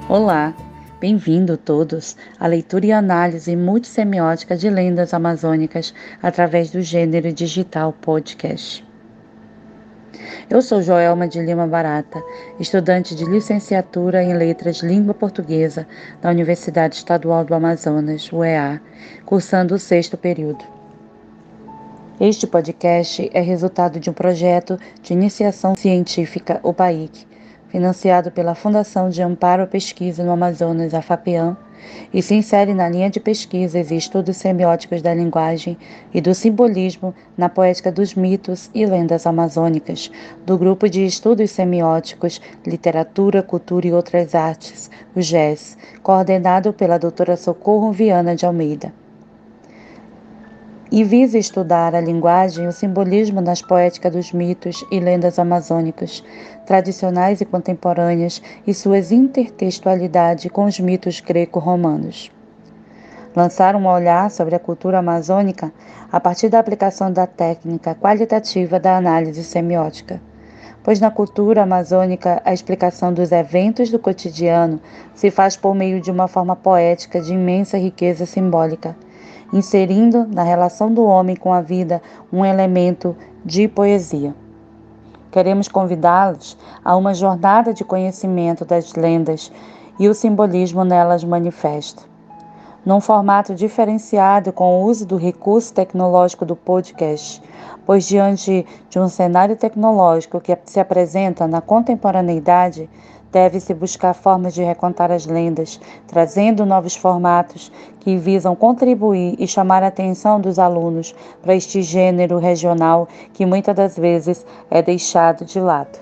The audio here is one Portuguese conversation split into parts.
Olá, bem-vindo todos à leitura e análise multissemiótica de lendas amazônicas através do Gênero Digital Podcast. Eu sou Joelma de Lima Barata, estudante de licenciatura em Letras Língua Portuguesa da Universidade Estadual do Amazonas, UEA, cursando o 6º período. Este podcast é resultado de um projeto de iniciação científica, o PAIC, financiado pela Fundação de Amparo à Pesquisa no Amazonas, a FAPEAM, e se insere na linha de pesquisas e estudos semióticos da linguagem e do simbolismo na poética dos mitos e lendas amazônicas, do Grupo de Estudos Semióticos, Literatura, Cultura e Outras Artes, o GES, coordenado pela doutora Socorro Viana de Almeida. E visa estudar a linguagem e o simbolismo nas poéticas dos mitos e lendas amazônicas, tradicionais e contemporâneas, e suas intertextualidade com os mitos greco-romanos. Lançar um olhar sobre a cultura amazônica a partir da aplicação da técnica qualitativa da análise semiótica. Pois na cultura amazônica a explicação dos eventos do cotidiano se faz por meio de uma forma poética de imensa riqueza simbólica, inserindo na relação do homem com a vida um elemento de poesia. Queremos convidá-los a uma jornada de conhecimento das lendas e o simbolismo nelas manifesto. Num formato diferenciado com o uso do recurso tecnológico do podcast, pois diante de um cenário tecnológico que se apresenta na contemporaneidade, deve-se buscar formas de recontar as lendas, trazendo novos formatos que visam contribuir e chamar a atenção dos alunos para este gênero regional que muitas das vezes é deixado de lado.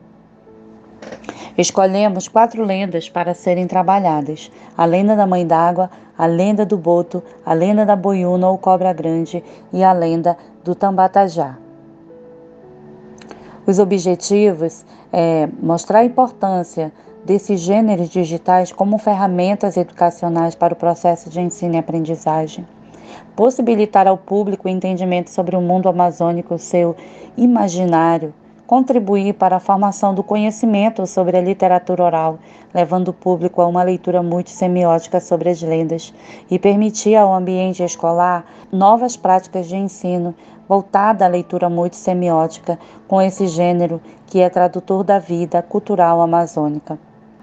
Escolhemos 4 lendas para serem trabalhadas: a lenda da Mãe d'Água, a lenda do Boto, a lenda da Boiúna ou Cobra Grande e a lenda do Tambatajá. Os objetivos é mostrar a importância desses gêneros digitais como ferramentas educacionais para o processo de ensino e aprendizagem, possibilitar ao público o entendimento sobre o mundo amazônico, seu imaginário, contribuir para a formação do conhecimento sobre a literatura oral, levando o público a uma leitura multissemiótica sobre as lendas e permitir ao ambiente escolar novas práticas de ensino voltada à leitura multissemiótica com esse gênero que é tradutor da vida cultural amazônica.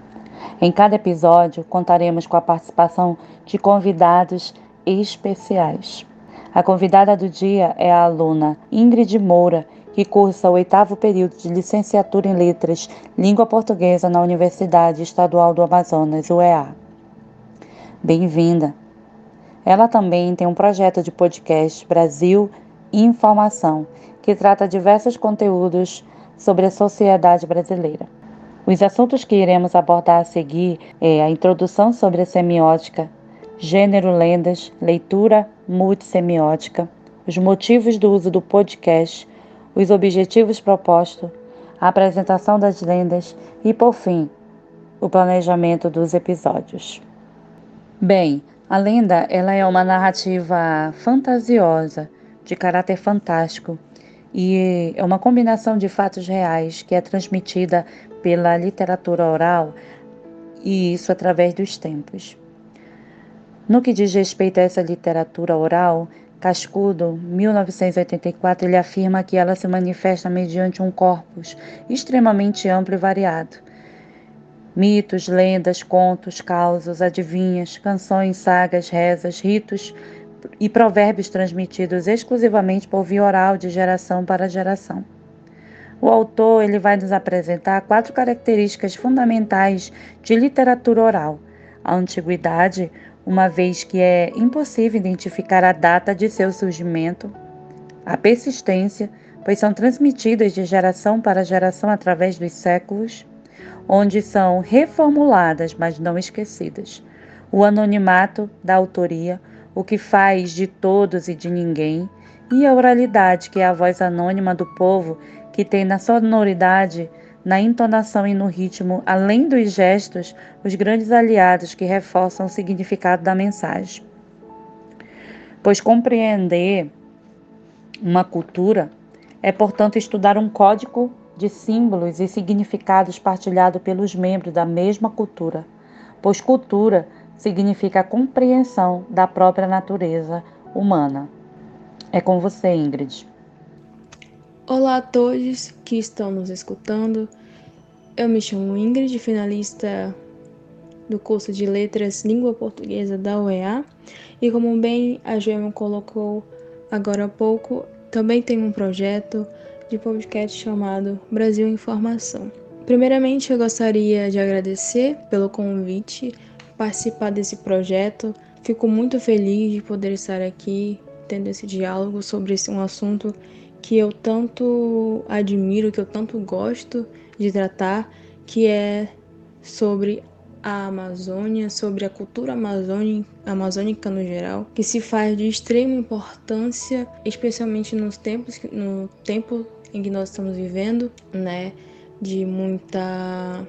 Em cada episódio, contaremos com a participação de convidados especiais. A convidada do dia é a aluna Ingrid Moura, que cursa o 8º período de licenciatura em Letras Língua Portuguesa na Universidade Estadual do Amazonas, UEA. Bem-vinda! Ela também tem um projeto de podcast Brasil Informação, que trata diversos conteúdos sobre a sociedade brasileira. Os assuntos que iremos abordar a seguir é a introdução sobre a semiótica, gênero lendas, leitura multissemiótica, os motivos do uso do podcast, os objetivos propostos, a apresentação das lendas e, por fim, o planejamento dos episódios. Bem, a lenda ela é uma narrativa fantasiosa, de caráter fantástico, e é uma combinação de fatos reais que é transmitida pela literatura oral, e isso através dos tempos. No que diz respeito a essa literatura oral, Cascudo, 1984, ele afirma que ela se manifesta mediante um corpus extremamente amplo e variado. Mitos, lendas, contos, causos, adivinhas, canções, sagas, rezas, ritos e provérbios transmitidos exclusivamente por via oral de geração para geração. O autor ele vai nos apresentar 4 características fundamentais de literatura oral: a antiguidade, uma vez que é impossível identificar a data de seu surgimento; a persistência, pois são transmitidas de geração para geração através dos séculos, onde são reformuladas, mas não esquecidas; o anonimato da autoria, o que faz de todos e de ninguém; e a oralidade, que é a voz anônima do povo, que tem na sonoridade, na entonação e no ritmo, além dos gestos, os grandes aliados que reforçam o significado da mensagem. Pois compreender uma cultura é, portanto, estudar um código de símbolos e significados partilhado pelos membros da mesma cultura, pois cultura significa a compreensão da própria natureza humana. É com você, Ingrid. Olá a todos que estão nos escutando. Eu me chamo Ingrid, finalista do curso de Letras Língua Portuguesa da UEA. E como bem a Joelma colocou agora há pouco, também tenho um projeto de podcast chamado Brasil Informação. Primeiramente, eu gostaria de agradecer pelo convite, participar desse projeto. Fico muito feliz de poder estar aqui, tendo esse diálogo sobre um assunto que eu tanto admiro, que eu tanto gosto de tratar, que é sobre a Amazônia, sobre a cultura amazônica no geral, que se faz de extrema importância, especialmente no tempo em que nós estamos vivendo, né, de muita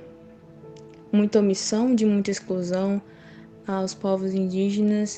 omissão, de muita exclusão aos povos indígenas,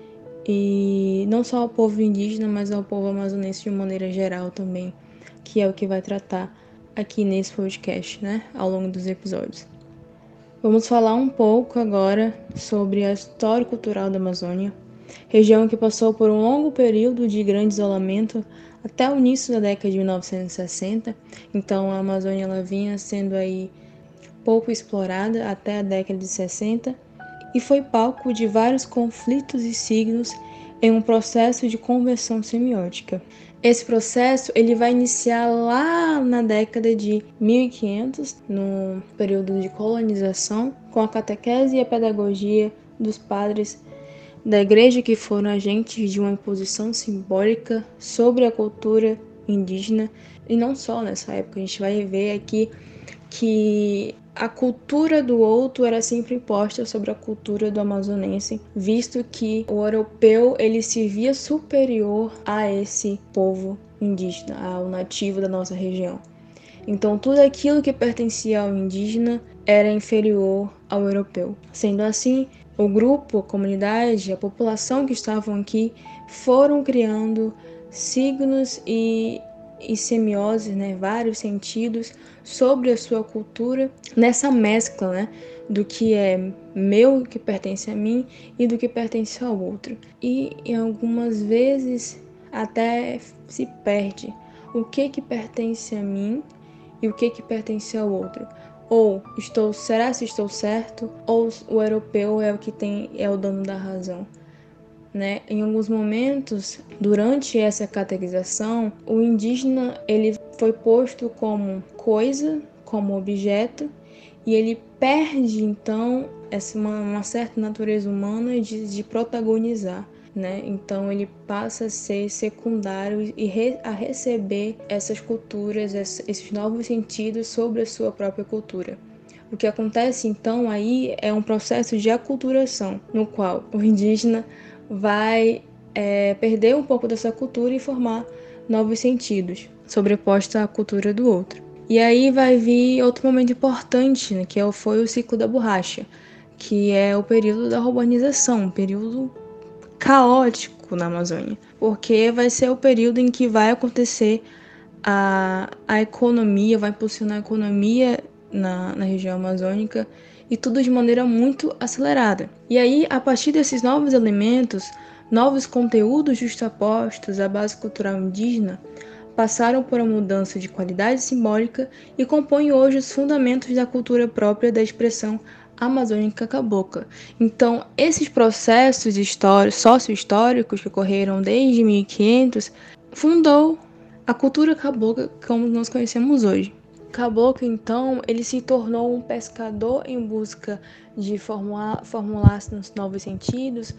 e não só ao povo indígena, mas ao povo amazonense de maneira geral também, que é o que vai tratar aqui nesse podcast, né, ao longo dos episódios. Vamos falar um pouco agora sobre a história cultural da Amazônia, região que passou por um longo período de grande isolamento até o início da década de 1960. Então a Amazônia ela vinha sendo aí pouco explorada até a década de 60 e foi palco de vários conflitos e signos em um processo de conversão semiótica. Esse processo ele vai iniciar lá na década de 1500, no período de colonização, com a catequese e a pedagogia dos padres da igreja que foram agentes de uma imposição simbólica sobre a cultura indígena. E não só nessa época, a gente vai ver aqui que a cultura do outro era sempre imposta sobre a cultura do amazonense, visto que o europeu ele se via superior a esse povo indígena, ao nativo da nossa região. Então tudo aquilo que pertencia ao indígena era inferior ao europeu. Sendo assim, o grupo, a comunidade, a população que estavam aqui foram criando signos e semioses, né, vários sentidos sobre a sua cultura, nessa mescla, né, do que é meu, que pertence a mim, e do que pertence ao outro. E em algumas vezes até se perde o que pertence a mim e o que pertence ao outro. Ou será se estou certo, ou o europeu é o que é o dono da razão. Né? Em alguns momentos, durante essa catequização, o indígena ele foi posto como coisa, como objeto, e ele perde então uma certa natureza humana de protagonizar. Né? Então ele passa a ser secundário e a receber essas culturas, esses novos sentidos sobre a sua própria cultura. O que acontece então aí é um processo de aculturação, no qual o indígena vai perder um pouco dessa cultura e formar novos sentidos, sobreposta à cultura do outro. E aí vai vir outro momento importante, né, que foi o ciclo da borracha, que é o período da urbanização, um período caótico na Amazônia, porque vai ser o período em que vai acontecer a economia, vai impulsionar a economia na região amazônica, e tudo de maneira muito acelerada. E aí, a partir desses novos elementos, novos conteúdos justapostos à base cultural indígena, passaram por uma mudança de qualidade simbólica e compõem hoje os fundamentos da cultura própria da expressão amazônica cabocla. Então, esses processos sócio-históricos que ocorreram desde 1500 fundou a cultura cabocla como nós conhecemos hoje. Caboclo, então, ele se tornou um pescador em busca de formular-se nos novos sentidos,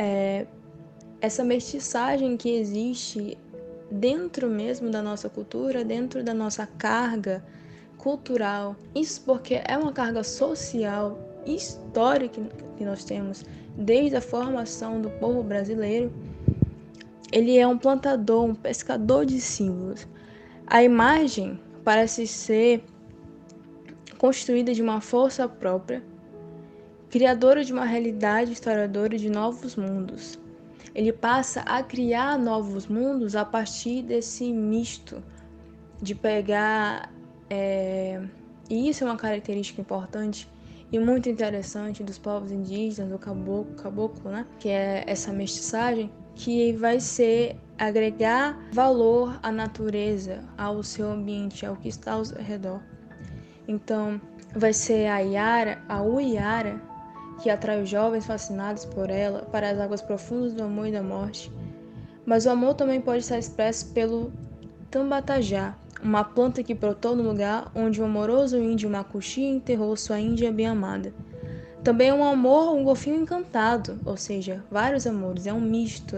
essa mestiçagem que existe dentro mesmo da nossa cultura, dentro da nossa carga cultural. Isso porque é uma carga social, histórica que nós temos desde a formação do povo brasileiro. Ele é um plantador, um pescador de símbolos. A imagem parece ser construída de uma força própria, criadora de uma realidade, historiadora de novos mundos. Ele passa a criar novos mundos a partir desse misto de pegar, e isso é uma característica importante, e muito interessante dos povos indígenas, do caboclo, né? Que é essa mestiçagem, que vai ser agregar valor à natureza, ao seu ambiente, ao que está ao redor. Então, vai ser a Yara, a Uiara, que atrai os jovens fascinados por ela para as águas profundas do amor e da morte. Mas o amor também pode ser expresso pelo tambatajá, uma planta que brotou no lugar onde o amoroso índio Macuxi enterrou sua índia bem-amada. Também é um amor, um golfinho encantado, ou seja, vários amores, é um misto.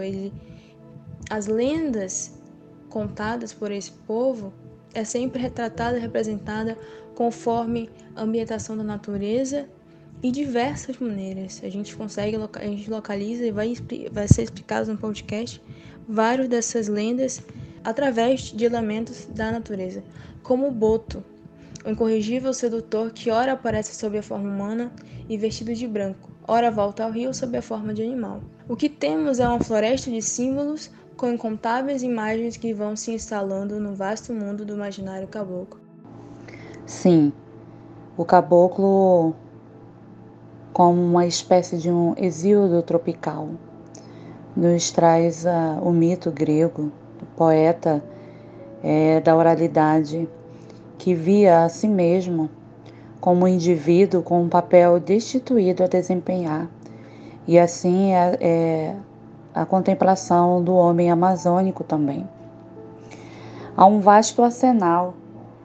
As lendas contadas por esse povo é sempre retratada e representada conforme a ambientação da natureza e diversas maneiras. A gente localiza e vai ser explicado no podcast várias dessas lendas através de elementos da natureza, como o boto, o incorrigível sedutor que ora aparece sob a forma humana e vestido de branco, ora volta ao rio sob a forma de animal. O que temos é uma floresta de símbolos com incontáveis imagens que vão se instalando no vasto mundo do imaginário caboclo. Sim, o caboclo como uma espécie de um exíodo tropical nos traz o mito grego, do poeta da oralidade, que via a si mesmo como um indivíduo com um papel destituído a desempenhar. E assim é a contemplação do homem amazônico também. Há um vasto arsenal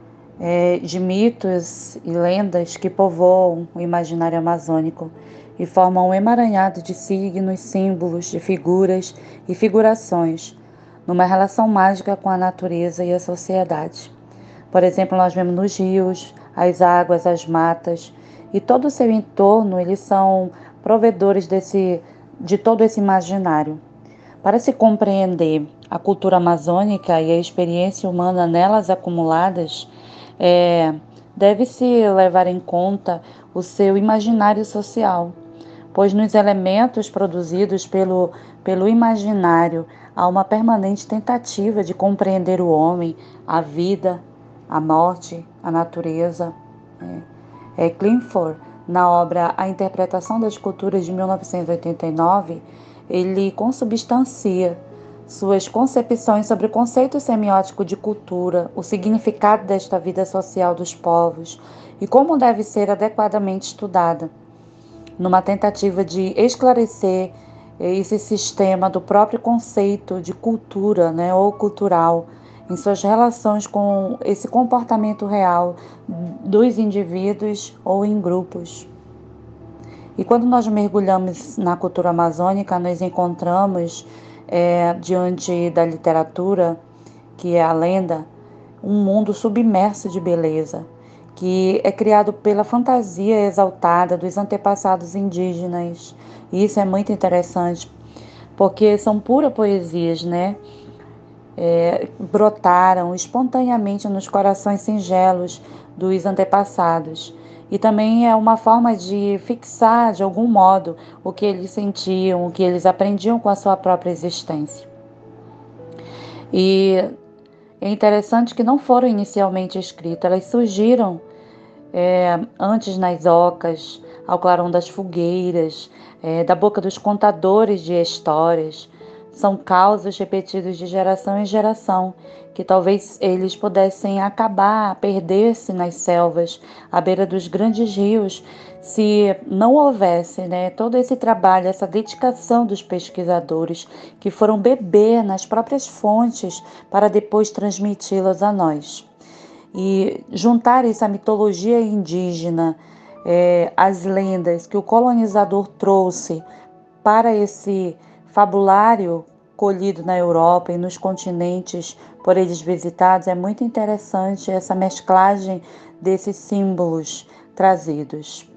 de mitos e lendas que povoam o imaginário amazônico e formam um emaranhado de signos, símbolos, de figuras e figurações, numa relação mágica com a natureza e a sociedade. Por exemplo, nós vemos nos rios, as águas, as matas e todo o seu entorno, eles são provedores de todo esse imaginário. Para se compreender a cultura amazônica e a experiência humana nelas acumuladas, deve-se levar em conta o seu imaginário social, pois nos elementos produzidos pelo imaginário há uma permanente tentativa de compreender o homem, a vida, a morte, a natureza. Clifford, na obra A Interpretação das Culturas de 1989, ele consubstancia suas concepções sobre o conceito semiótico de cultura, o significado desta vida social dos povos e como deve ser adequadamente estudada, numa tentativa de esclarecer esse sistema do próprio conceito de cultura, né, ou cultural, em suas relações com esse comportamento real dos indivíduos ou em grupos. E quando nós mergulhamos na cultura amazônica, nós encontramos, diante da literatura, que é a lenda, um mundo submerso de beleza, que é criado pela fantasia exaltada dos antepassados indígenas. E isso é muito interessante, porque são pura poesias, né? Brotaram espontaneamente nos corações singelos dos antepassados. E também é uma forma de fixar, de algum modo, o que eles sentiam, o que eles aprendiam com a sua própria existência. E é interessante que não foram inicialmente escritas, elas surgiram antes nas ocas, ao clarão das fogueiras, da boca dos contadores de histórias. São causos repetidos de geração em geração, que talvez eles pudessem acabar, perder-se nas selvas, à beira dos grandes rios, se não houvesse, todo esse trabalho, essa dedicação dos pesquisadores, que foram beber nas próprias fontes para depois transmiti-las a nós. E juntar isso à mitologia indígena, as lendas que o colonizador trouxe para esse fabulário colhido na Europa e nos continentes por eles visitados, é muito interessante essa mesclagem desses símbolos trazidos.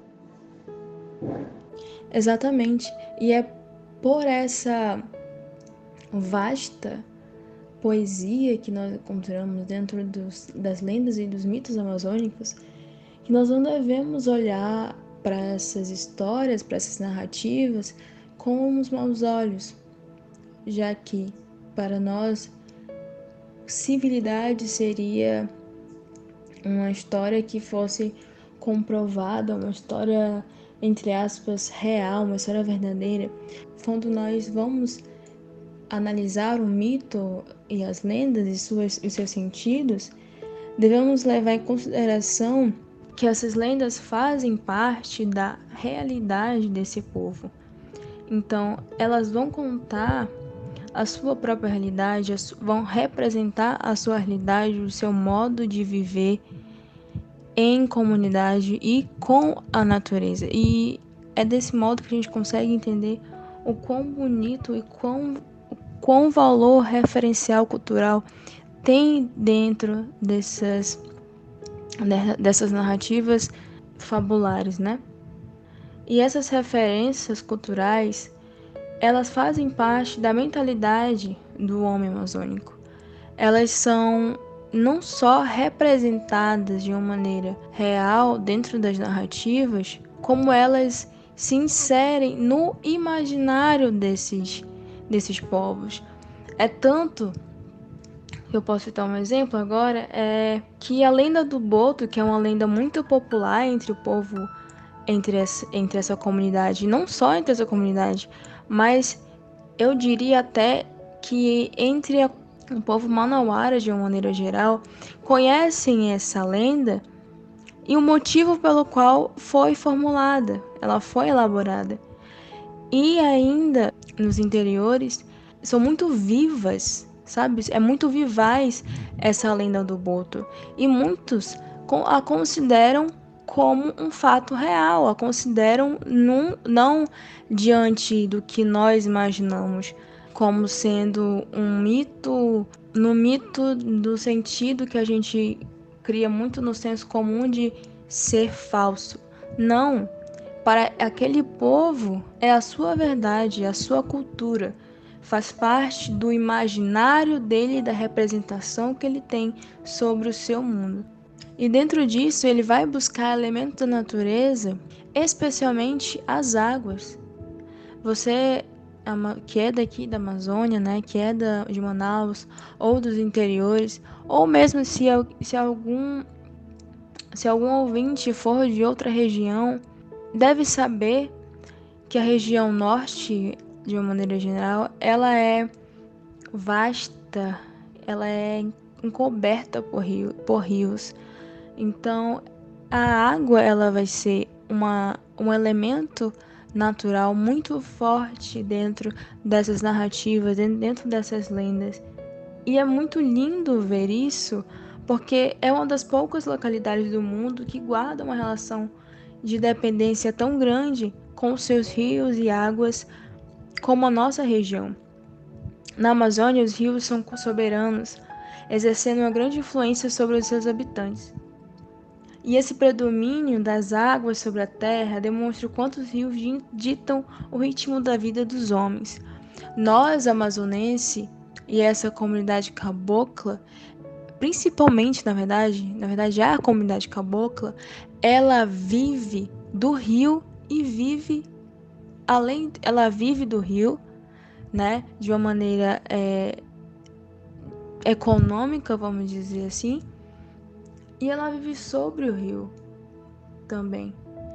Exatamente. E é por essa vasta poesia que nós encontramos dentro das lendas e dos mitos amazônicos que nós não devemos olhar para essas histórias, para essas narrativas com os maus olhos, já que para nós civilidade seria uma história que fosse comprovada, uma história, entre aspas, real, uma história verdadeira. Quando nós vamos analisar o mito e as lendas e seus sentidos, devemos levar em consideração que essas lendas fazem parte da realidade desse povo. Então, elas vão contar a sua própria realidade, vão representar a sua realidade, o seu modo de viver em comunidade e com a natureza. E é desse modo que a gente consegue entender o quão bonito e quão valor referencial cultural tem dentro dessas narrativas fabulares, né? E essas referências culturais, elas fazem parte da mentalidade do homem amazônico. Elas são não só representadas de uma maneira real dentro das narrativas, como elas se inserem no imaginário desses povos. É tanto que eu posso citar um exemplo agora, é que a lenda do Boto, que é uma lenda muito popular entre o povo, entre essa comunidade, não só entre essa comunidade, mas eu diria até que entre o povo manauara, de uma maneira geral, conhecem essa lenda e o motivo pelo qual foi formulada, ela foi elaborada. E ainda nos interiores são muito vivas, sabe? É muito vivaz essa lenda do Boto. E muitos a consideram como um fato real, a consideram não diante do que nós imaginamos como sendo um mito, no mito do sentido que a gente cria muito no senso comum de ser falso. Não, para aquele povo é a sua verdade, a sua cultura. Faz parte do imaginário dele e da representação que ele tem sobre o seu mundo. E dentro disso ele vai buscar elementos da natureza, especialmente as águas. Você que é daqui da Amazônia, né, que é de Manaus, ou dos interiores, ou mesmo se algum ouvinte for de outra região, deve saber que a região norte, de uma maneira geral, ela é vasta, ela é encoberta por rios. Então, a água ela vai ser um elemento natural muito forte dentro dessas narrativas, dentro dessas lendas. E é muito lindo ver isso, porque é uma das poucas localidades do mundo que guarda uma relação de dependência tão grande com seus rios e águas como a nossa região. Na Amazônia, os rios são soberanos, exercendo uma grande influência sobre os seus habitantes. E esse predomínio das águas sobre a terra demonstra o quanto os rios ditam o ritmo da vida dos homens. Nós, amazonenses, e essa comunidade cabocla, principalmente, na verdade a comunidade cabocla, ela vive do rio e ela vive do rio, né, de uma maneira econômica, vamos dizer assim, e ela vive sobre o rio também.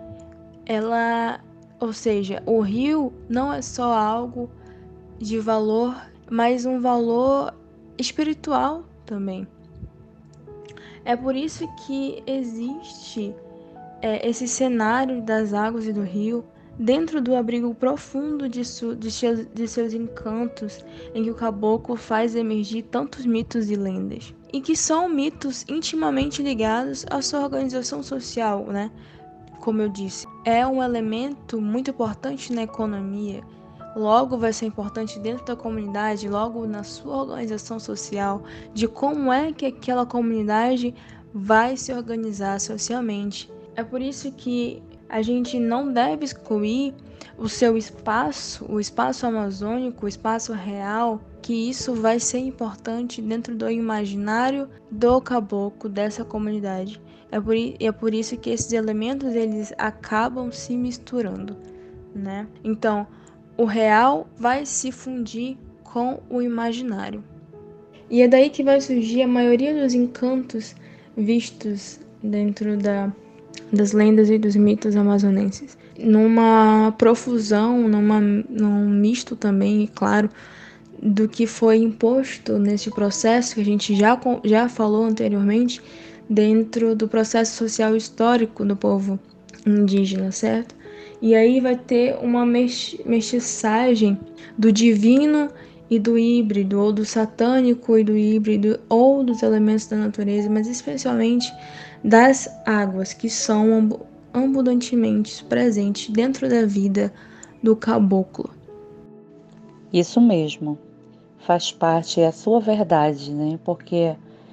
Ou seja, o rio não é só algo de valor, mas um valor espiritual também. É por isso que existe esse cenário das águas e do rio dentro do abrigo profundo de seus encantos, em que o caboclo faz emergir tantos mitos e lendas. E que são mitos intimamente ligados à sua organização social, né? Como eu disse, é um elemento muito importante na economia, logo vai ser importante dentro da comunidade, logo na sua organização social, de como é que aquela comunidade vai se organizar socialmente. É por isso que a gente não deve excluir o seu espaço, o espaço amazônico, o espaço real, que isso vai ser importante dentro do imaginário do caboclo dessa comunidade. É por isso que esses elementos eles acabam se misturando, né? Então, o real vai se fundir com o imaginário. E é daí que vai surgir a maioria dos encantos vistos dentro das lendas e dos mitos amazonenses. Numa profusão, num misto também, é claro, do que foi imposto nesse processo, que a gente já falou anteriormente, dentro do processo social histórico do povo indígena, certo? E aí vai ter uma mestiçagem do divino e do híbrido, ou do satânico e do híbrido, ou dos elementos da natureza, mas especialmente das águas, que são abundantemente presentes dentro da vida do caboclo. Isso mesmo, faz parte, é a sua verdade, né? Porque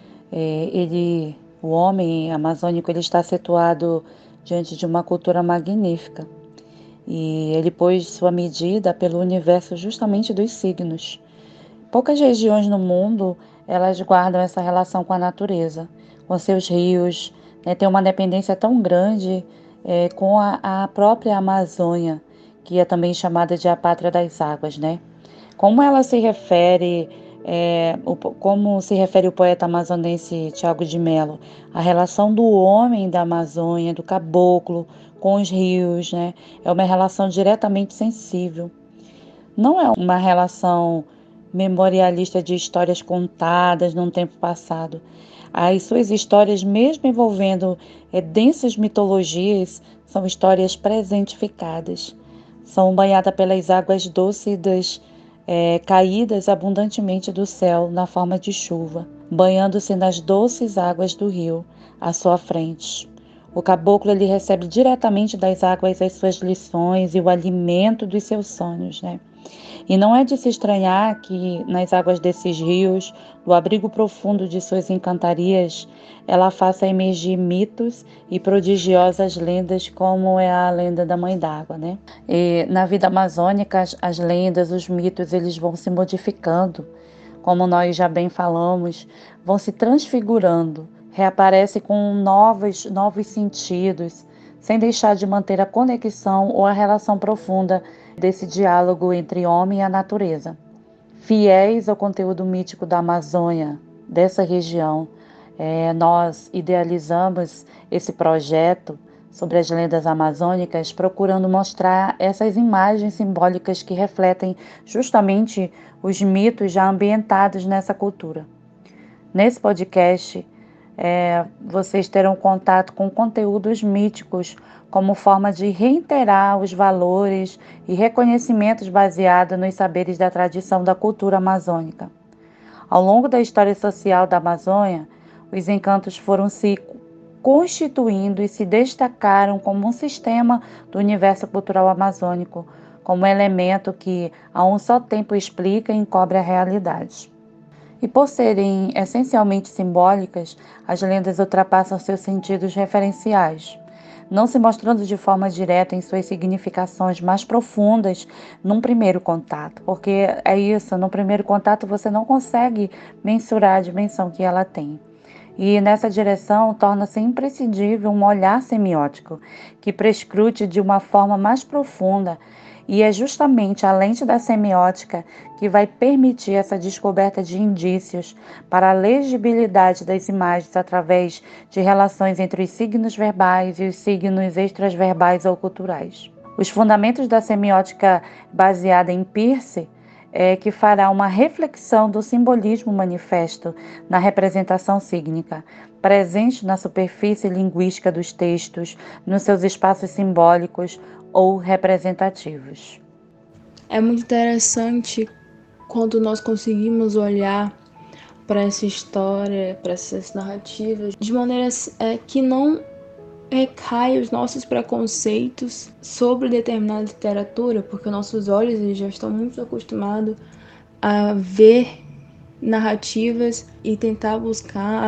o homem amazônico, ele está situado diante de uma cultura magnífica e ele pôs sua medida pelo universo justamente dos signos. Poucas regiões no mundo, elas guardam essa relação com a natureza, com seus rios, né? Tem uma dependência tão grande com a própria Amazônia, que é também chamada de a pátria das águas, né? Como ela se refere, como se refere o poeta amazonense Tiago de Mello, a relação do homem da Amazônia, do caboclo, com os rios, né? É uma relação diretamente sensível. Não é uma relação memorialista de histórias contadas num tempo passado. As suas histórias, mesmo envolvendo densas mitologias, são histórias presentificadas. São banhadas pelas águas dúlcidas, caídas abundantemente do céu na forma de chuva, banhando-se nas doces águas do rio à sua frente. O caboclo ele recebe diretamente das águas as suas lições e o alimento dos seus sonhos, né? E não é de se estranhar que nas águas desses rios, do abrigo profundo de suas encantarias, ela faça emergir mitos e prodigiosas lendas, como é a lenda da Mãe d'Água, né? E na vida amazônica, as lendas, os mitos, eles vão se modificando, como nós já bem falamos, vão se transfigurando, reaparecem com novos sentidos, sem deixar de manter a conexão ou a relação profunda desse diálogo entre homem e a natureza. Fiéis ao conteúdo mítico da Amazônia, dessa região, nós idealizamos esse projeto sobre as lendas amazônicas, procurando mostrar essas imagens simbólicas que refletem justamente os mitos já ambientados nessa cultura. Nesse podcast, vocês terão contato com conteúdos míticos como forma de reiterar os valores e reconhecimentos baseados nos saberes da tradição da cultura amazônica. Ao longo da história social da Amazônia, os encantos foram se constituindo e se destacaram como um sistema do universo cultural amazônico, como elemento que a um só tempo explica e encobre a realidade. E por serem essencialmente simbólicas, as lendas ultrapassam seus sentidos referenciais, não se mostrando de forma direta em suas significações mais profundas num primeiro contato, porque é isso, no primeiro contato você não consegue mensurar a dimensão que ela tem. E nessa direção torna-se imprescindível um olhar semiótico, que prescrute de uma forma mais profunda, e é justamente a lente da semiótica que vai permitir essa descoberta de indícios para a legibilidade das imagens através de relações entre os signos verbais e os signos extraverbais ou culturais. Os fundamentos da semiótica baseada em Peirce que fará uma reflexão do simbolismo manifesto na representação sígnica, presente na superfície linguística dos textos, nos seus espaços simbólicos ou representativos. É muito interessante quando nós conseguimos olhar para essa história, para essas narrativas, de maneira que não recai os nossos preconceitos sobre determinada literatura, porque nossos olhos eles já estão muito acostumados a ver narrativas e tentar buscar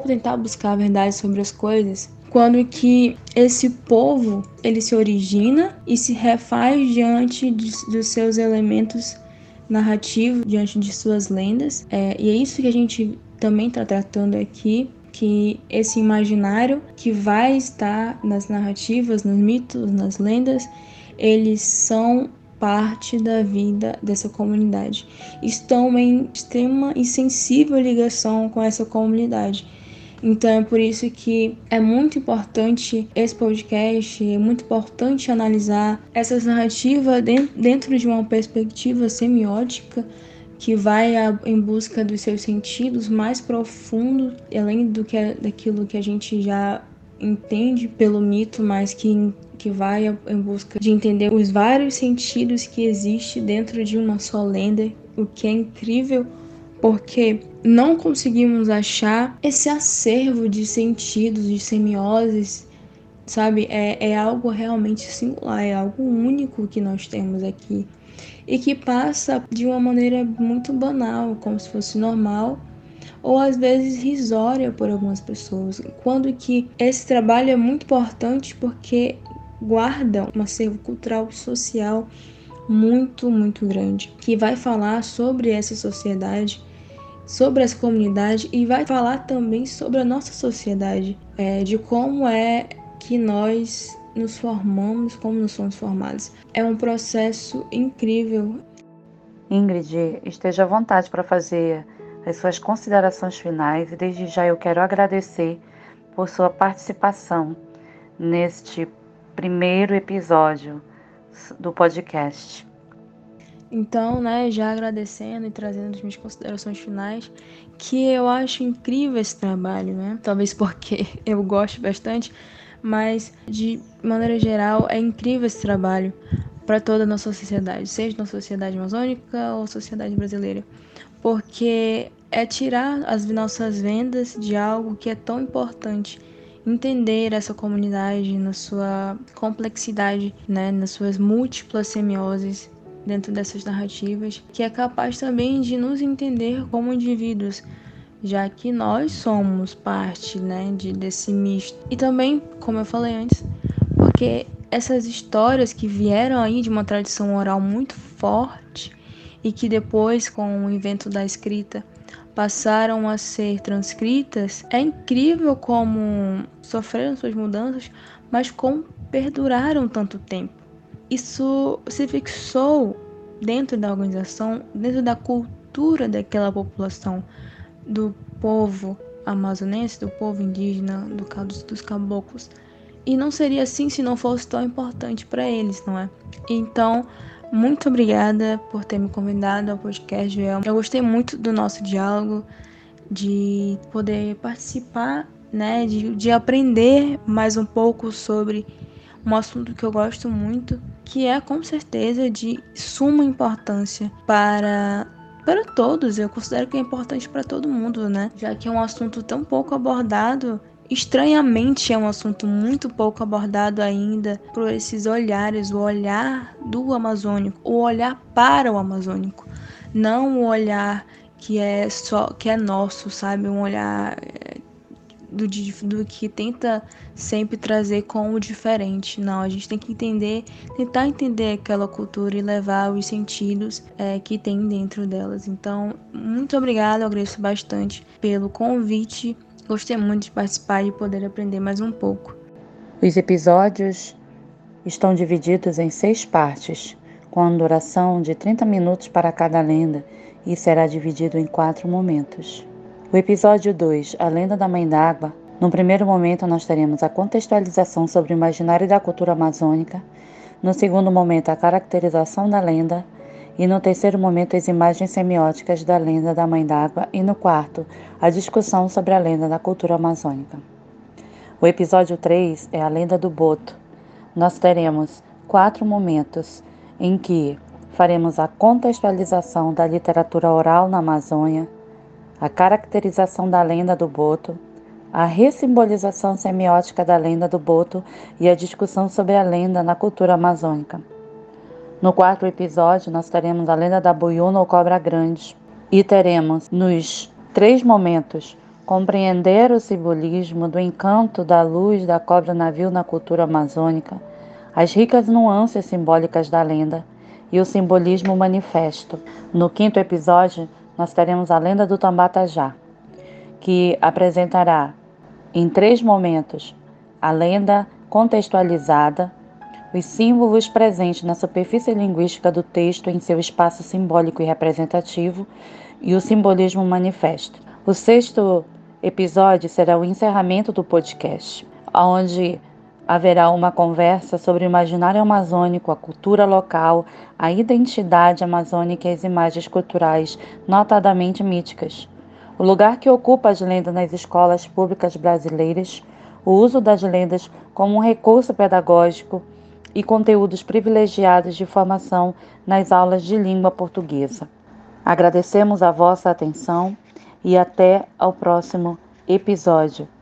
a verdade sobre as coisas, quando que esse povo ele se origina e se refaz diante dos seus elementos narrativos, diante de suas lendas, e é isso que a gente também está tratando aqui, que esse imaginário que vai estar nas narrativas, nos mitos, nas lendas, eles são parte da vida dessa comunidade. Estão em extrema e sensível ligação com essa comunidade. Então é por isso que é muito importante esse podcast, é muito importante analisar essas narrativas dentro de uma perspectiva semiótica que vai em busca dos seus sentidos mais profundos, além daquilo que a gente já entende pelo mito, mas que vai em busca de entender os vários sentidos que existem dentro de uma só lenda, o que é incrível, porque não conseguimos achar esse acervo de sentidos, de semioses, sabe? É algo realmente singular, é algo único que nós temos aqui e que passa de uma maneira muito banal, como se fosse normal, ou às vezes risória por algumas pessoas. Quando que esse trabalho é muito importante porque guarda um acervo cultural e social muito, muito grande, que vai falar sobre essa sociedade, sobre essa comunidade e vai falar também sobre a nossa sociedade, de como é que nós nos formamos, como nós somos formados. É um processo incrível. Ingrid, esteja à vontade para fazer as suas considerações finais e desde já eu quero agradecer por sua participação neste primeiro episódio do podcast. Então, né, já agradecendo e trazendo as minhas considerações finais, que eu acho incrível esse trabalho, né? Talvez porque eu gosto bastante, mas de maneira geral é incrível esse trabalho para toda a nossa sociedade, seja na sociedade amazônica ou sociedade brasileira, porque é tirar as nossas vendas de algo que é tão importante, entender essa comunidade na sua complexidade, né, nas suas múltiplas semioses dentro dessas narrativas, que é capaz também de nos entender como indivíduos, já que nós somos parte, né, desse misto. E também, como eu falei antes, porque essas histórias que vieram aí de uma tradição oral muito forte e que depois, com o invento da escrita, passaram a ser transcritas, é incrível como sofreram suas mudanças, mas como perduraram tanto tempo. Isso se fixou dentro da organização, dentro da cultura daquela população, do povo amazonense, do povo indígena, dos caboclos. E não seria assim se não fosse tão importante para eles, não é? Então, muito obrigada por ter me convidado ao podcast, Joel. Eu gostei muito do nosso diálogo, de poder participar, né, de aprender mais um pouco sobre um assunto que eu gosto muito, que é com certeza de suma importância para todos. Eu considero que é importante para todo mundo, né? Já que é um assunto tão pouco abordado. Estranhamente é um assunto muito pouco abordado ainda por esses olhares, o olhar do amazônico, o olhar para o amazônico, não o olhar que é nosso, sabe? Um olhar do que tenta sempre trazer como diferente. Não, a gente tem que tentar entender aquela cultura e levar os sentidos que tem dentro delas. Então, muito obrigada, eu agradeço bastante pelo convite. Gostei muito de participar e poder aprender mais um pouco. Os episódios estão divididos em 6 partes, com a duração de 30 minutos para cada lenda e será dividido em 4 momentos. O episódio 2, A Lenda da Mãe d'Água. No primeiro momento nós teremos a contextualização sobre o imaginário da cultura amazônica, no segundo momento a caracterização da lenda e no terceiro momento as imagens semióticas da lenda da Mãe d'Água e no quarto a discussão sobre a lenda da cultura amazônica. O episódio 3 é a lenda do Boto. Nós teremos 4 momentos em que faremos a contextualização da literatura oral na Amazônia, a caracterização da lenda do Boto, a ressimbolização semiótica da lenda do Boto e a discussão sobre a lenda na cultura amazônica. No quarto episódio, nós teremos a lenda da Boiúna ou Cobra Grande e teremos, nos 3 momentos, compreender o simbolismo do encanto da luz da cobra-navio na cultura amazônica, as ricas nuances simbólicas da lenda e o simbolismo manifesto. No quinto episódio, nós teremos a lenda do Tambatajá, que apresentará, em 3 momentos, a lenda contextualizada, os símbolos presentes na superfície linguística do texto em seu espaço simbólico e representativo e o simbolismo manifesto. O sexto episódio será o encerramento do podcast, onde haverá uma conversa sobre o imaginário amazônico, a cultura local, a identidade amazônica e as imagens culturais, notadamente míticas. O lugar que ocupa as lendas nas escolas públicas brasileiras, o uso das lendas como um recurso pedagógico e conteúdos privilegiados de formação nas aulas de língua portuguesa. Agradecemos a vossa atenção e até ao próximo episódio.